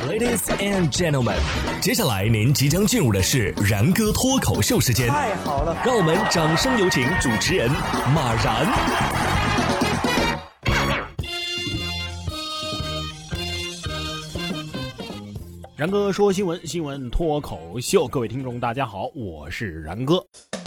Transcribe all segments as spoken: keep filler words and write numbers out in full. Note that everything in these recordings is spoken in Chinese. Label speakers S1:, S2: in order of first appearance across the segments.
S1: Ladies and gentlemen， 接下来您即将进入的是然哥脱口秀时间。
S2: 太好了，
S1: 让我们掌声有请主持人马然。
S3: 然哥说新闻，新闻脱口秀，各位听众大家好，我是然哥。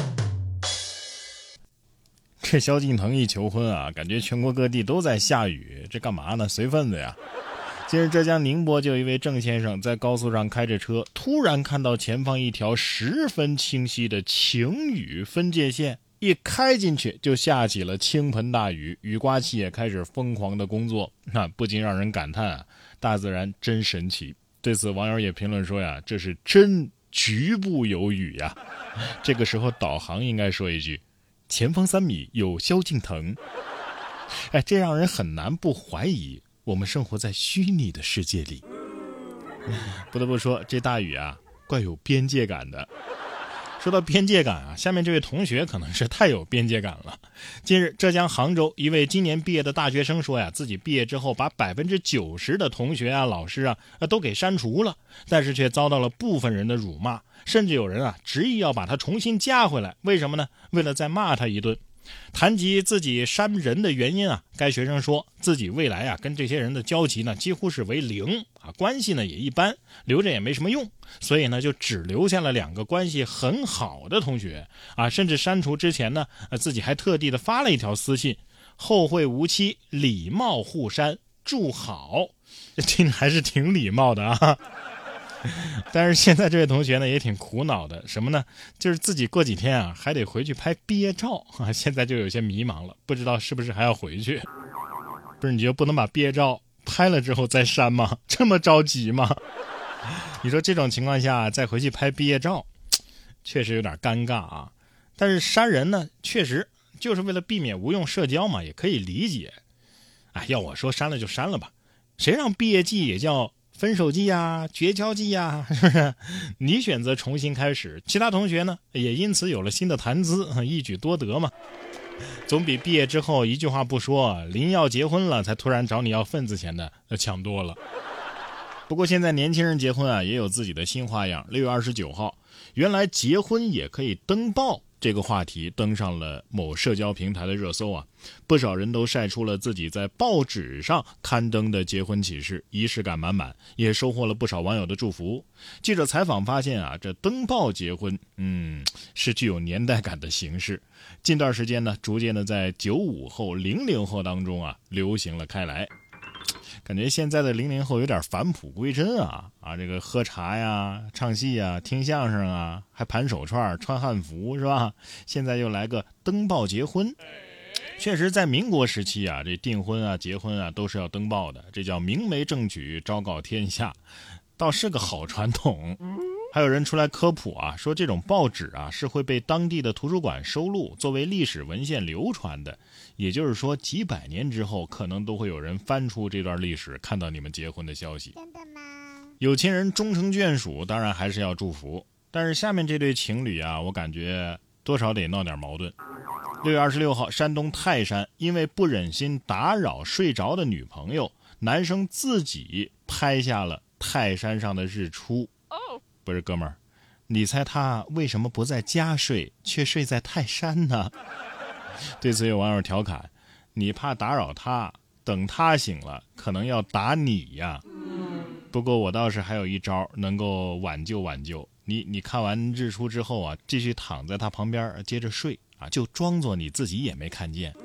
S3: 这萧敬腾一求婚啊，感觉全国各地都在下雨，这干嘛呢？随份子呀。近日浙江宁波就有一位郑先生在高速上开着车，突然看到前方一条十分清晰的晴雨分界线，一开进去就下起了倾盆大雨，雨刮器也开始疯狂的工作，那不禁让人感叹啊，大自然真神奇。对此网友也评论说呀，这是真局部有雨呀。这个时候导航应该说一句，前方三米有萧敬腾。哎，这让人很难不怀疑我们生活在虚拟的世界里。不得不说，这大雨啊怪有边界感的。说到边界感啊，下面这位同学可能是太有边界感了。近日浙江杭州一位今年毕业的大学生说呀，自己毕业之后把百分之九十的同学啊老师啊都给删除了，但是却遭到了部分人的辱骂，甚至有人啊执意要把他重新加回来。为什么呢？为了再骂他一顿。谈及自己删人的原因啊，该学生说自己未来啊跟这些人的交集呢几乎是为零啊，关系呢也一般，留着也没什么用，所以呢就只留下了两个关系很好的同学啊，甚至删除之前呢，呃、自己还特地的发了一条私信，后会无期，礼貌互删，祝好。听着还是挺礼貌的啊。但是现在这位同学呢也挺苦恼的，什么呢？就是自己过几天啊还得回去拍毕业照啊，现在就有些迷茫了，不知道是不是还要回去。不是你就不能把毕业照拍了之后再删吗？这么着急吗？你说这种情况下再回去拍毕业照，确实有点尴尬啊。但是删人呢，确实就是为了避免无用社交嘛，也可以理解。哎，要我说删了就删了吧，谁让毕业季也叫分手季呀，绝交季呀，是不是？你选择重新开始，其他同学呢也因此有了新的谈资，一举多得嘛。总比毕业之后一句话不说，临要结婚了才突然找你要份子钱的强多了。不过现在年轻人结婚啊也有自己的新花样。六月二十九号，原来结婚也可以登报这个话题登上了某社交平台的热搜啊，不少人都晒出了自己在报纸上刊登的结婚启事，仪式感满满，也收获了不少网友的祝福。记者采访发现啊，这登报结婚，嗯，是具有年代感的形式。近段时间呢，逐渐的在九五后、零零后当中啊，流行了开来。感觉现在的零零后有点返璞归真啊啊！这个喝茶呀、唱戏呀、听相声啊，还盘手串、穿汉服是吧？现在又来个登报结婚。确实，在民国时期啊，这订婚啊、结婚啊都是要登报的，这叫明媒正娶，昭告天下，倒是个好传统。还有人出来科普啊，说这种报纸啊是会被当地的图书馆收录，作为历史文献流传的。也就是说，几百年之后，可能都会有人翻出这段历史，看到你们结婚的消息。
S4: 真的吗？
S3: 有情人终成眷属，当然还是要祝福。但是下面这对情侣啊，我感觉多少得闹点矛盾。六月二十六号，山东泰山，因为不忍心打扰睡着的女朋友，男生自己拍下了泰山上的日出。不是哥们儿，你猜他为什么不在家睡，却睡在泰山呢？对此有网友调侃，你怕打扰他，等他醒了可能要打你呀。不过我倒是还有一招能够挽救挽救你，你看完日出之后啊，继续躺在他旁边接着睡啊，就装作你自己也没看见。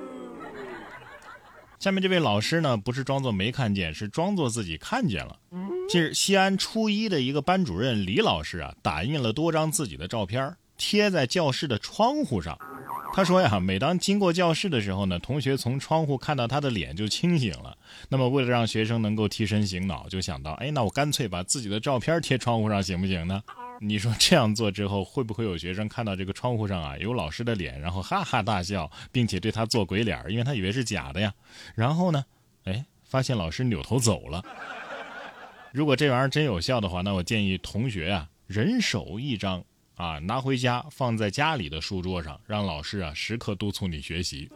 S3: 下面这位老师呢，不是装作没看见，是装作自己看见了。近日，西安初一的一个班主任李老师啊，打印了多张自己的照片，贴在教室的窗户上。他说呀，每当经过教室的时候呢，同学从窗户看到他的脸就清醒了。那么为了让学生能够提神醒脑，就想到，哎，那我干脆把自己的照片贴窗户上行不行呢？你说这样做之后，会不会有学生看到这个窗户上啊有老师的脸，然后哈哈大笑，并且对他做鬼脸，因为他以为是假的呀。然后呢，哎，发现老师扭头走了。如果这玩意儿真有效的话，那我建议同学啊，人手一张啊，拿回家放在家里的书桌上，让老师啊时刻督促你学习。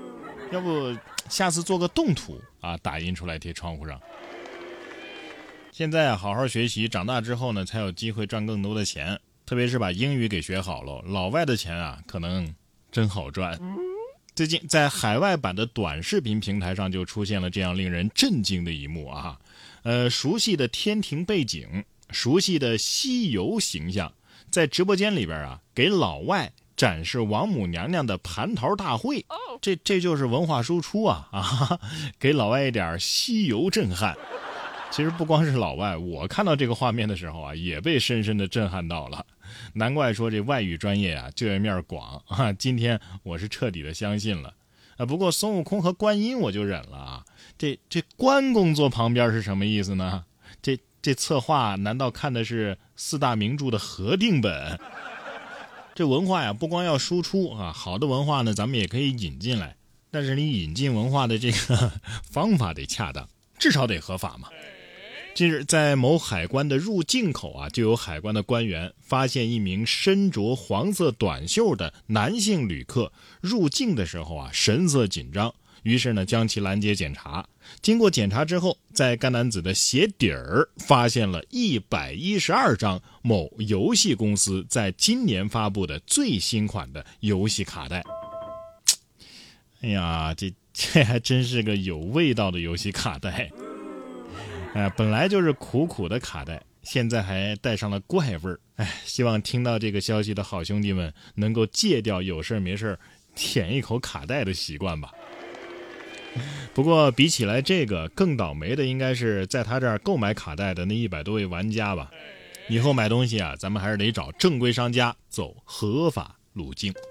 S3: 要不下次做个动图啊，打印出来贴窗户上。 现在啊，好好学习，长大之后呢，才有机会赚更多的钱。特别是把英语给学好了，老外的钱啊，可能真好赚。最近在海外版的短视频平台上就出现了这样令人震惊的一幕啊，呃，熟悉的天庭背景，熟悉的西游形象，在直播间里边啊，给老外展示王母娘娘的蟠桃大会，这这就是文化输出啊啊，给老外一点西游震撼。其实不光是老外，我看到这个画面的时候啊，也被深深的震撼到了。难怪说这外语专业啊就业面广啊，今天我是彻底的相信了啊。不过孙悟空和观音我就忍了啊，这这关公坐旁边是什么意思呢？这这策划难道看的是四大名著的合订本？这文化呀，不光要输出啊，好的文化呢，咱们也可以引进来，但是你引进文化的这个方法得恰当，至少得合法嘛。近日，在某海关的入境口啊，就有海关的官员发现一名身着黄色短袖的男性旅客入境的时候啊，神色紧张，于是呢，将其拦截检查。经过检查之后，在该男子的鞋底儿发现了一百一十二张某游戏公司在今年发布的最新款的游戏卡带。哎呀，这这还真是个有味道的游戏卡带。哎、呃，本来就是苦苦的卡带，现在还带上了怪味儿。哎，希望听到这个消息的好兄弟们能够戒掉有事没事舔一口卡带的习惯吧。不过比起来这个，更倒霉的应该是在他这儿购买卡带的那一百多位玩家吧。以后买东西啊，咱们还是得找正规商家，走合法路径。